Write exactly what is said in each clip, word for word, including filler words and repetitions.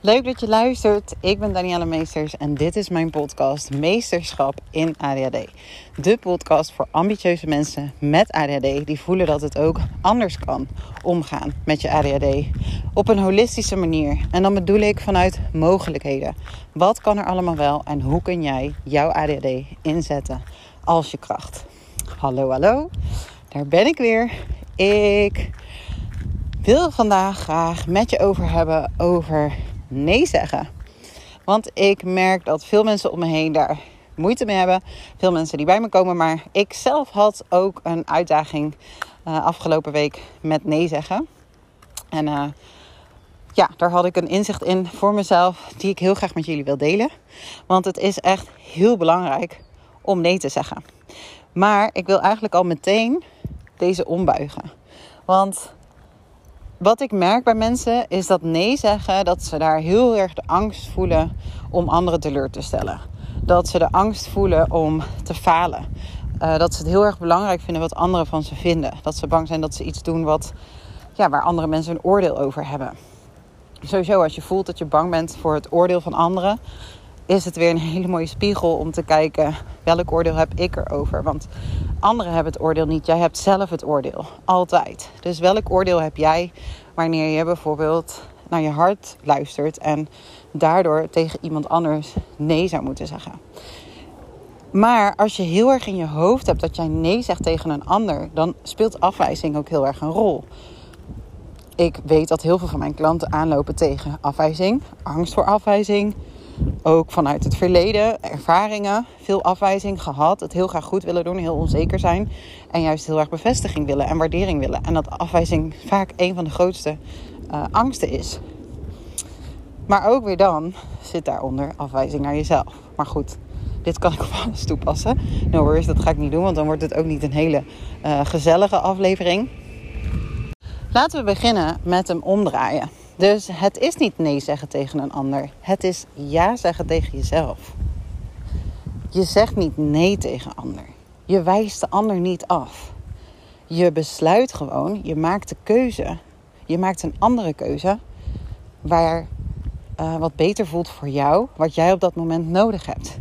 Leuk dat je luistert. Ik ben Danielle Meesters en dit is mijn podcast Meesterschap in A D H D. De podcast voor ambitieuze mensen met A D H D die voelen dat het ook anders kan omgaan met je A D H D. Op een holistische manier. En dan bedoel ik vanuit mogelijkheden. Wat kan er allemaal wel en hoe kun jij jouw A D H D inzetten als je kracht? Hallo, hallo. Daar ben ik weer. Ik wil vandaag graag met je over hebben over nee zeggen. Want ik merk dat veel mensen om me heen daar moeite mee hebben. Veel mensen die bij me komen. Maar ik zelf had ook een uitdaging uh, afgelopen week met nee zeggen. En uh, ja, daar had ik een inzicht in voor mezelf die ik heel graag met jullie wil delen. Want het is echt heel belangrijk om nee te zeggen. Maar ik wil eigenlijk al meteen deze ombuigen. Want wat ik merk bij mensen is dat nee zeggen, dat ze daar heel erg de angst voelen om anderen teleur te stellen. Dat ze de angst voelen om te falen. Uh, dat ze het heel erg belangrijk vinden wat anderen van ze vinden. Dat ze bang zijn dat ze iets doen wat, ja, waar andere mensen een oordeel over hebben. Sowieso, als je voelt dat je bang bent voor het oordeel van anderen, is het weer een hele mooie spiegel om te kijken welk oordeel heb ik erover. Want anderen hebben het oordeel niet. Jij hebt zelf het oordeel. Altijd. Dus welk oordeel heb jij wanneer je bijvoorbeeld naar je hart luistert en daardoor tegen iemand anders nee zou moeten zeggen. Maar als je heel erg in je hoofd hebt dat jij nee zegt tegen een ander, dan speelt afwijzing ook heel erg een rol. Ik weet dat heel veel van mijn klanten aanlopen tegen afwijzing, angst voor afwijzing. Ook vanuit het verleden, ervaringen, veel afwijzing gehad. Het heel graag goed willen doen, heel onzeker zijn. En juist heel erg bevestiging willen en waardering willen. En dat afwijzing vaak een van de grootste uh, angsten is. Maar ook weer dan zit daaronder afwijzing naar jezelf. Maar goed, dit kan ik op alles toepassen. No worries, dat ga ik niet doen, want dan wordt het ook niet een hele uh, gezellige aflevering. Laten we beginnen met hem omdraaien. Dus het is niet nee zeggen tegen een ander. Het is ja zeggen tegen jezelf. Je zegt niet nee tegen een ander. Je wijst de ander niet af. Je besluit gewoon, je maakt de keuze. Je maakt een andere keuze waar uh, wat beter voelt voor jou. Wat jij op dat moment nodig hebt.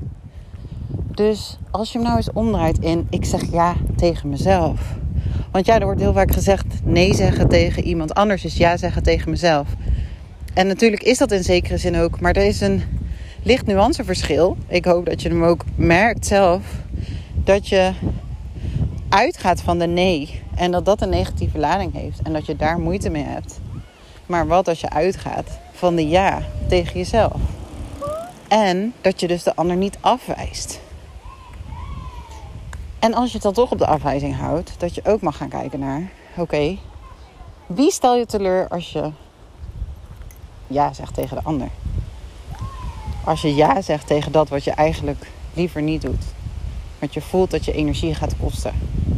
Dus als je hem nou eens omdraait in ik zeg ja tegen mezelf. Want ja, er wordt heel vaak gezegd nee zeggen tegen iemand anders is ja zeggen tegen mezelf. En natuurlijk is dat in zekere zin ook, maar er is een licht nuanceverschil. Ik hoop dat je hem ook merkt zelf. Dat je uitgaat van de nee en dat dat een negatieve lading heeft. En dat je daar moeite mee hebt. Maar wat als je uitgaat van de ja tegen jezelf. En dat je dus de ander niet afwijst. En als je het dan toch op de afwijzing houdt, dat je ook mag gaan kijken naar, oké, okay, wie stel je teleur als je ja zegt tegen de ander? Als je ja zegt tegen dat wat je eigenlijk liever niet doet. Want je voelt dat je energie gaat kosten.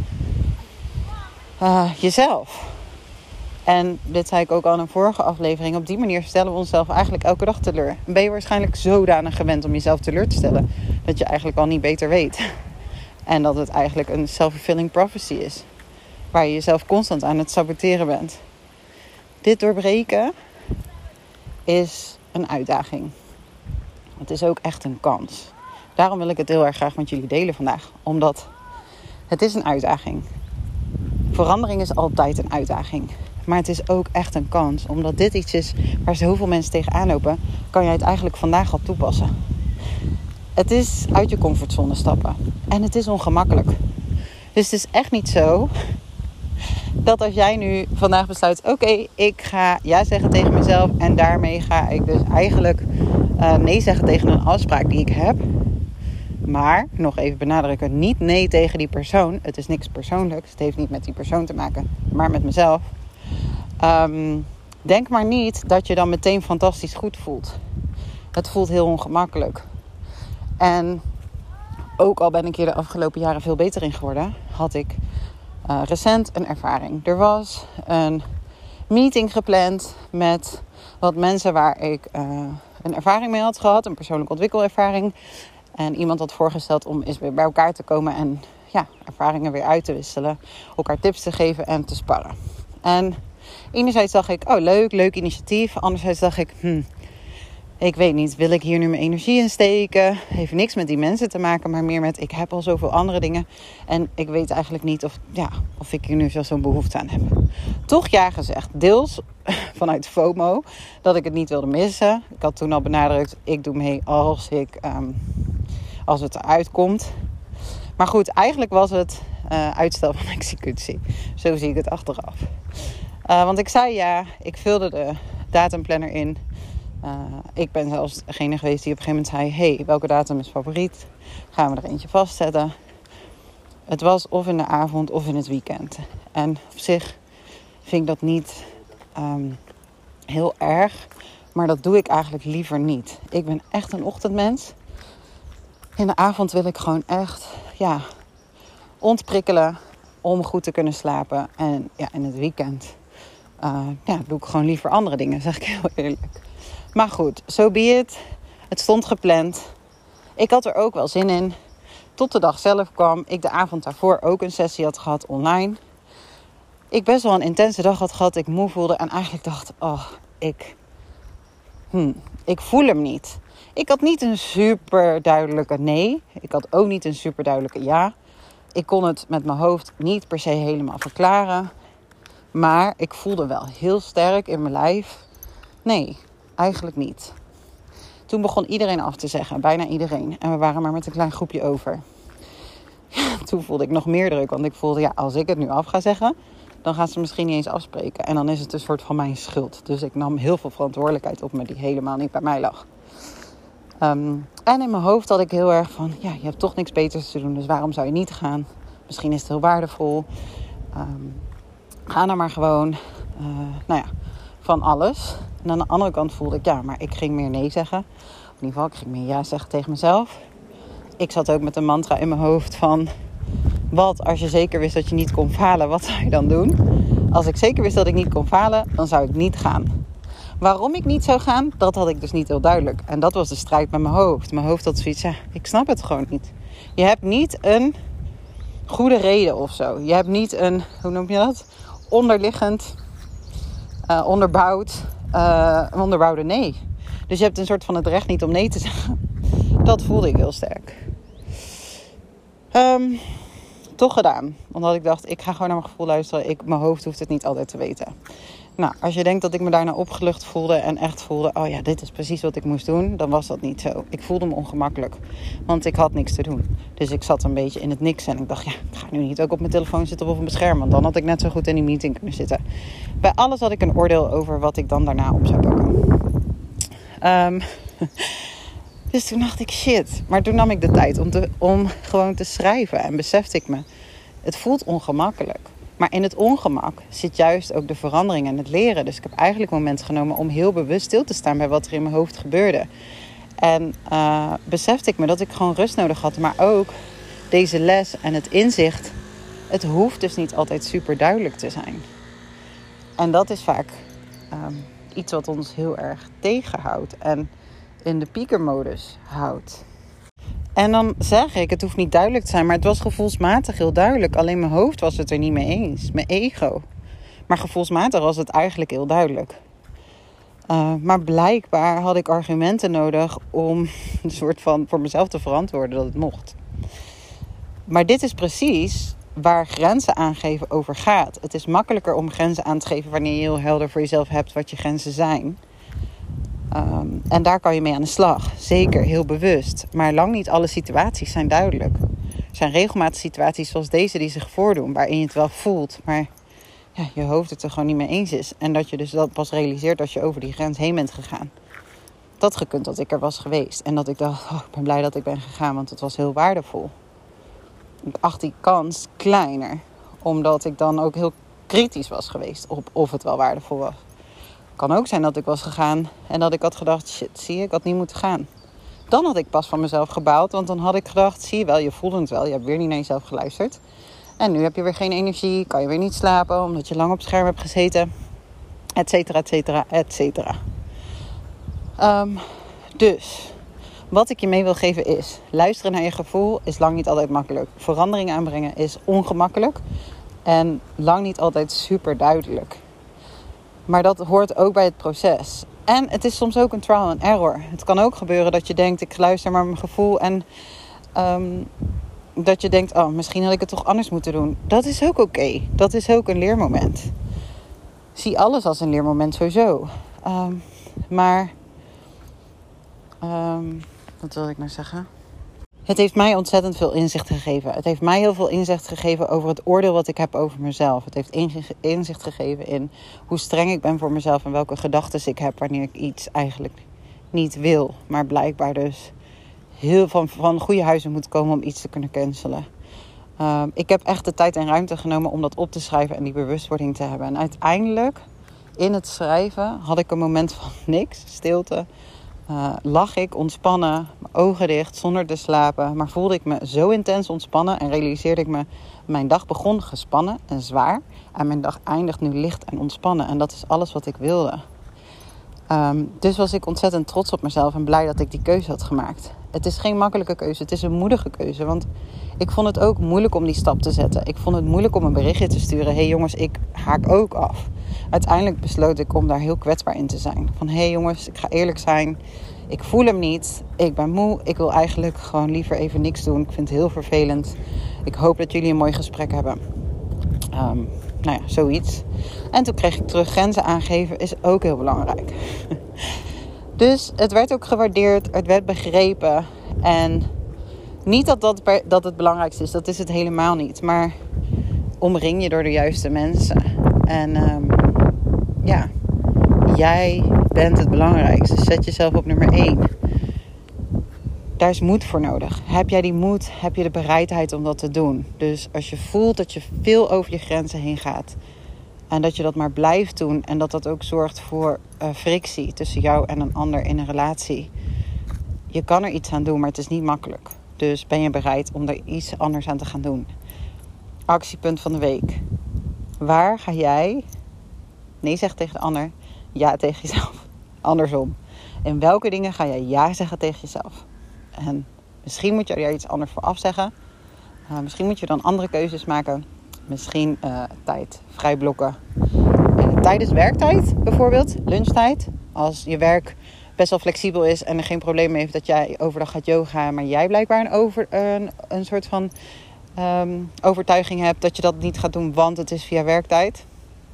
Uh, jezelf. En dit zei ik ook al in een vorige aflevering. Op die manier stellen we onszelf eigenlijk elke dag teleur. En ben je waarschijnlijk zodanig gewend om jezelf teleur te stellen, dat je eigenlijk al niet beter weet. En dat het eigenlijk een self-fulfilling prophecy is. Waar je jezelf constant aan het saboteren bent. Dit doorbreken is een uitdaging. Het is ook echt een kans. Daarom wil ik het heel erg graag met jullie delen vandaag. Omdat het is een uitdaging. Verandering is altijd een uitdaging. Maar het is ook echt een kans. Omdat dit iets is waar zoveel mensen tegenaan lopen, kan jij het eigenlijk vandaag al toepassen. Het is uit je comfortzone stappen. En het is ongemakkelijk. Dus het is echt niet zo dat als jij nu vandaag besluit, oké, okay, ik ga ja zeggen tegen mezelf en daarmee ga ik dus eigenlijk uh, nee zeggen tegen een afspraak die ik heb. Maar, nog even benadrukken, niet nee tegen die persoon. Het is niks persoonlijks. Het heeft niet met die persoon te maken, maar met mezelf. Um, denk maar niet dat je dan meteen fantastisch goed voelt. Het voelt heel ongemakkelijk. En ook al ben ik hier de afgelopen jaren veel beter in geworden, had ik uh, recent een ervaring. Er was een meeting gepland met wat mensen waar ik uh, een ervaring mee had gehad. Een persoonlijke ontwikkelervaring. En iemand had voorgesteld om eens weer bij elkaar te komen en ja, ervaringen weer uit te wisselen. Elkaar tips te geven en te sparren. En enerzijds dacht ik, oh leuk, leuk initiatief. Anderzijds dacht ik, hmm, Ik weet niet, wil ik hier nu mijn energie in steken? Heeft niks met die mensen te maken, maar meer met ik heb al zoveel andere dingen. En ik weet eigenlijk niet of, ja, of ik hier nu zo zo'n behoefte aan heb. Toch ja gezegd, deels vanuit FOMO, dat ik het niet wilde missen. Ik had toen al benadrukt, ik doe mee als, ik, um, als het eruit komt. Maar goed, eigenlijk was het uh, uitstel van executie. Zo zie ik het achteraf. Uh, want ik zei ja, ik vulde de datumplanner in. Uh, ik ben zelfs degene geweest die op een gegeven moment zei, hey, welke datum is favoriet? Gaan we er eentje vastzetten? Het was of in de avond of in het weekend. En op zich vind ik dat niet um, heel erg. Maar dat doe ik eigenlijk liever niet. Ik ben echt een ochtendmens. In de avond wil ik gewoon echt ja, ontprikkelen om goed te kunnen slapen. En ja, in het weekend uh, ja, doe ik gewoon liever andere dingen, zeg ik heel eerlijk. Maar goed, so be it. Het stond gepland. Ik had er ook wel zin in. Tot de dag zelf kwam. Ik de avond daarvoor ook een sessie had gehad online. Ik best wel een intense dag had gehad. Ik moe voelde en eigenlijk dacht, oh, ik, hmm, ik voel hem niet. Ik had niet een super duidelijke nee. Ik had ook niet een super duidelijke ja. Ik kon het met mijn hoofd niet per se helemaal verklaren. Maar ik voelde wel heel sterk in mijn lijf. Nee, eigenlijk niet. Toen begon iedereen af te zeggen. Bijna iedereen. En we waren maar met een klein groepje over. Ja, toen voelde ik nog meer druk. Want ik voelde, ja, als ik het nu af ga zeggen, dan gaan ze misschien niet eens afspreken. En dan is het een soort van mijn schuld. Dus ik nam heel veel verantwoordelijkheid op me die helemaal niet bij mij lag. Um, en in mijn hoofd had ik heel erg van, ja, je hebt toch niks beters te doen. Dus waarom zou je niet gaan? Misschien is het heel waardevol. Um, ga dan maar gewoon. Uh, nou ja, van alles. En aan de andere kant voelde ik, ja, maar ik ging meer nee zeggen. In ieder geval, ik ging meer ja zeggen tegen mezelf. Ik zat ook met een mantra in mijn hoofd van, wat als je zeker wist dat je niet kon falen, wat zou je dan doen? Als ik zeker wist dat ik niet kon falen, dan zou ik niet gaan. Waarom ik niet zou gaan, dat had ik dus niet heel duidelijk. En dat was de strijd met mijn hoofd. Mijn hoofd had zoiets, ja, ik snap het gewoon niet. Je hebt niet een goede reden of zo. Je hebt niet een, hoe noem je dat? Onderliggend, uh, onderbouwd, uh, onderbouwde nee. Dus je hebt een soort van het recht niet om nee te zeggen. Dat voelde ik heel sterk. Um, toch gedaan. Omdat ik dacht, ik ga gewoon naar mijn gevoel luisteren. Ik, mijn hoofd hoeft het niet altijd te weten. Nou, als je denkt dat ik me daarna opgelucht voelde en echt voelde, oh ja, dit is precies wat ik moest doen, dan was dat niet zo. Ik voelde me ongemakkelijk, want ik had niks te doen. Dus ik zat een beetje in het niks en ik dacht, ja, ik ga nu niet ook op mijn telefoon zitten of op mijn scherm, want dan had ik net zo goed in die meeting kunnen zitten. Bij alles had ik een oordeel over wat ik dan daarna op zou pakken. Um, dus toen dacht ik, shit. Maar toen nam ik de tijd om, te, om gewoon te schrijven en besefte ik me, het voelt ongemakkelijk. Maar in het ongemak zit juist ook de verandering en het leren. Dus ik heb eigenlijk momenten genomen om heel bewust stil te staan bij wat er in mijn hoofd gebeurde. En uh, besefte ik me dat ik gewoon rust nodig had. Maar ook deze les en het inzicht. Het hoeft dus niet altijd super duidelijk te zijn. En dat is vaak um, iets wat ons heel erg tegenhoudt. En in de piekermodus houdt. En dan zeg ik, het hoeft niet duidelijk te zijn, maar het was gevoelsmatig heel duidelijk. Alleen mijn hoofd was het er niet mee eens, mijn ego. Maar gevoelsmatig was het eigenlijk heel duidelijk. Uh, maar blijkbaar had ik argumenten nodig om een soort van voor mezelf te verantwoorden dat het mocht. Maar dit is precies waar grenzen aangeven over gaat. Het is makkelijker om grenzen aan te geven wanneer je heel helder voor jezelf hebt wat je grenzen zijn. Um, en daar kan je mee aan de slag. Zeker, heel bewust. Maar lang niet alle situaties zijn duidelijk. Er zijn regelmatig situaties zoals deze die zich voordoen, waarin je het wel voelt, maar ja, je hoofd het er gewoon niet mee eens is. En dat je dus dat pas realiseert als je over die grens heen bent gegaan. Dat gekund dat ik er was geweest. En dat ik dacht, oh, ik ben blij dat ik ben gegaan, want het was heel waardevol. Ik acht die kans kleiner, omdat ik dan ook heel kritisch was geweest op of het wel waardevol was. Het kan ook zijn dat ik was gegaan en dat ik had gedacht, shit, zie je, ik had niet moeten gaan. Dan had ik pas van mezelf gebaald, want dan had ik gedacht, zie je wel, je voelde het wel, je hebt weer niet naar jezelf geluisterd. En nu heb je weer geen energie, kan je weer niet slapen, omdat je lang op het scherm hebt gezeten, et cetera, et cetera, et cetera. Um, dus, wat ik je mee wil geven is, luisteren naar je gevoel is lang niet altijd makkelijk. Verandering aanbrengen is ongemakkelijk en lang niet altijd super duidelijk. Maar dat hoort ook bij het proces. En het is soms ook een trial and error. Het kan ook gebeuren dat je denkt, ik luister maar mijn gevoel. En um, dat je denkt, oh, misschien had ik het toch anders moeten doen. Dat is ook oké. Okay. Dat is ook een leermoment. Zie alles als een leermoment sowieso. Um, maar, um, wat wil ik nou zeggen? Het heeft mij ontzettend veel inzicht gegeven. Het heeft mij heel veel inzicht gegeven over het oordeel wat ik heb over mezelf. Het heeft inzicht gegeven in hoe streng ik ben voor mezelf en welke gedachten ik heb wanneer ik iets eigenlijk niet wil. Maar blijkbaar dus heel van, van goede huizen moet komen om iets te kunnen cancelen. Uh, ik heb echt de tijd en ruimte genomen om dat op te schrijven en die bewustwording te hebben. En uiteindelijk, in het schrijven, had ik een moment van niks, stilte. Uh, lag ik ontspannen, mijn ogen dicht, zonder te slapen. Maar voelde ik me zo intens ontspannen en realiseerde ik me, mijn dag begon gespannen en zwaar. En mijn dag eindigt nu licht en ontspannen. En dat is alles wat ik wilde. Um, dus was ik ontzettend trots op mezelf en blij dat ik die keuze had gemaakt. Het is geen makkelijke keuze, het is een moedige keuze. Want ik vond het ook moeilijk om die stap te zetten. Ik vond het moeilijk om een berichtje te sturen. Hé hey jongens, ik haak ook af. Uiteindelijk besloot ik om daar heel kwetsbaar in te zijn. Van hé hey jongens, ik ga eerlijk zijn. Ik voel hem niet. Ik ben moe. Ik wil eigenlijk gewoon liever even niks doen. Ik vind het heel vervelend. Ik hoop dat jullie een mooi gesprek hebben. Um, nou ja, zoiets. En toen kreeg ik terug, grenzen aangeven is ook heel belangrijk. Dus het werd ook gewaardeerd. Het werd begrepen. En niet dat, dat, dat het belangrijkste is. Dat is het helemaal niet. Maar omring je door de juiste mensen. En um, ja, jij bent het belangrijkste. Zet jezelf op nummer één. Daar is moed voor nodig. Heb jij die moed, heb je de bereidheid om dat te doen. Dus als je voelt dat je veel over je grenzen heen gaat. En dat je dat maar blijft doen. En dat dat ook zorgt voor uh, frictie tussen jou en een ander in een relatie. Je kan er iets aan doen, maar het is niet makkelijk. Dus ben je bereid om er iets anders aan te gaan doen. Actiepunt van de week. Waar ga jij nee zeggen tegen de ander, ja tegen jezelf? Andersom. In welke dingen ga jij ja zeggen tegen jezelf? En misschien moet je er iets anders voor afzeggen. Uh, misschien moet je dan andere keuzes maken. Misschien uh, tijd vrij blokken. Uh, tijdens werktijd bijvoorbeeld, lunchtijd. Als je werk best wel flexibel is en er geen probleem mee heeft dat jij overdag gaat yoga, maar jij blijkbaar een, over, een, een soort van um, overtuiging hebt dat je dat niet gaat doen, want het is via werktijd.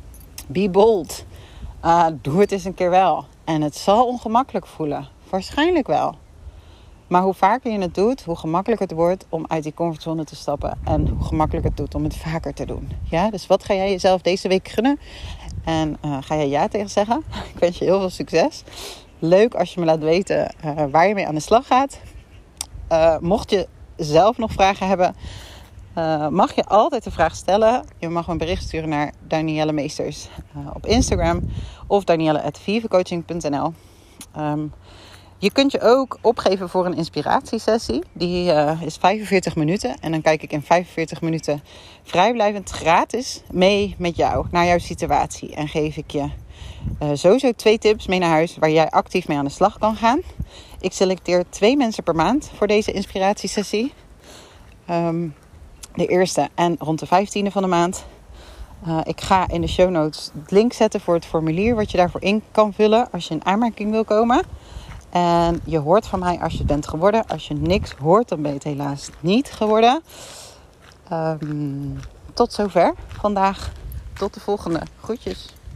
Be bold. Uh, doe het eens een keer wel. En het zal ongemakkelijk voelen. Waarschijnlijk wel. Maar hoe vaker je het doet, hoe gemakkelijker het wordt om uit die comfortzone te stappen. En hoe gemakkelijker het doet om het vaker te doen. Ja, dus wat ga jij jezelf deze week gunnen? En uh, ga jij ja tegen zeggen? Ik wens je heel veel succes. Leuk als je me laat weten uh, waar je mee aan de slag gaat. Uh, mocht je zelf nog vragen hebben, uh, mag je altijd de vraag stellen. Je mag me een bericht sturen naar Danielle Meesters uh, op Instagram of danielle at vivecoaching punt n l. Um, Je kunt je ook opgeven voor een inspiratiesessie. Die uh, is vijfenveertig minuten. En dan kijk ik in vijfenveertig minuten vrijblijvend gratis mee met jou naar jouw situatie. En geef ik je uh, sowieso twee tips mee naar huis waar jij actief mee aan de slag kan gaan. Ik selecteer twee mensen per maand voor deze inspiratiesessie. Um, de eerste en rond de vijftiende van de maand. Uh, ik ga in de show notes het link zetten voor het formulier wat je daarvoor in kan vullen als je in aanmerking wil komen. En je hoort van mij als je het bent geworden. Als je niks hoort, dan ben je het helaas niet geworden. Um, tot zover vandaag. Tot de volgende. Groetjes.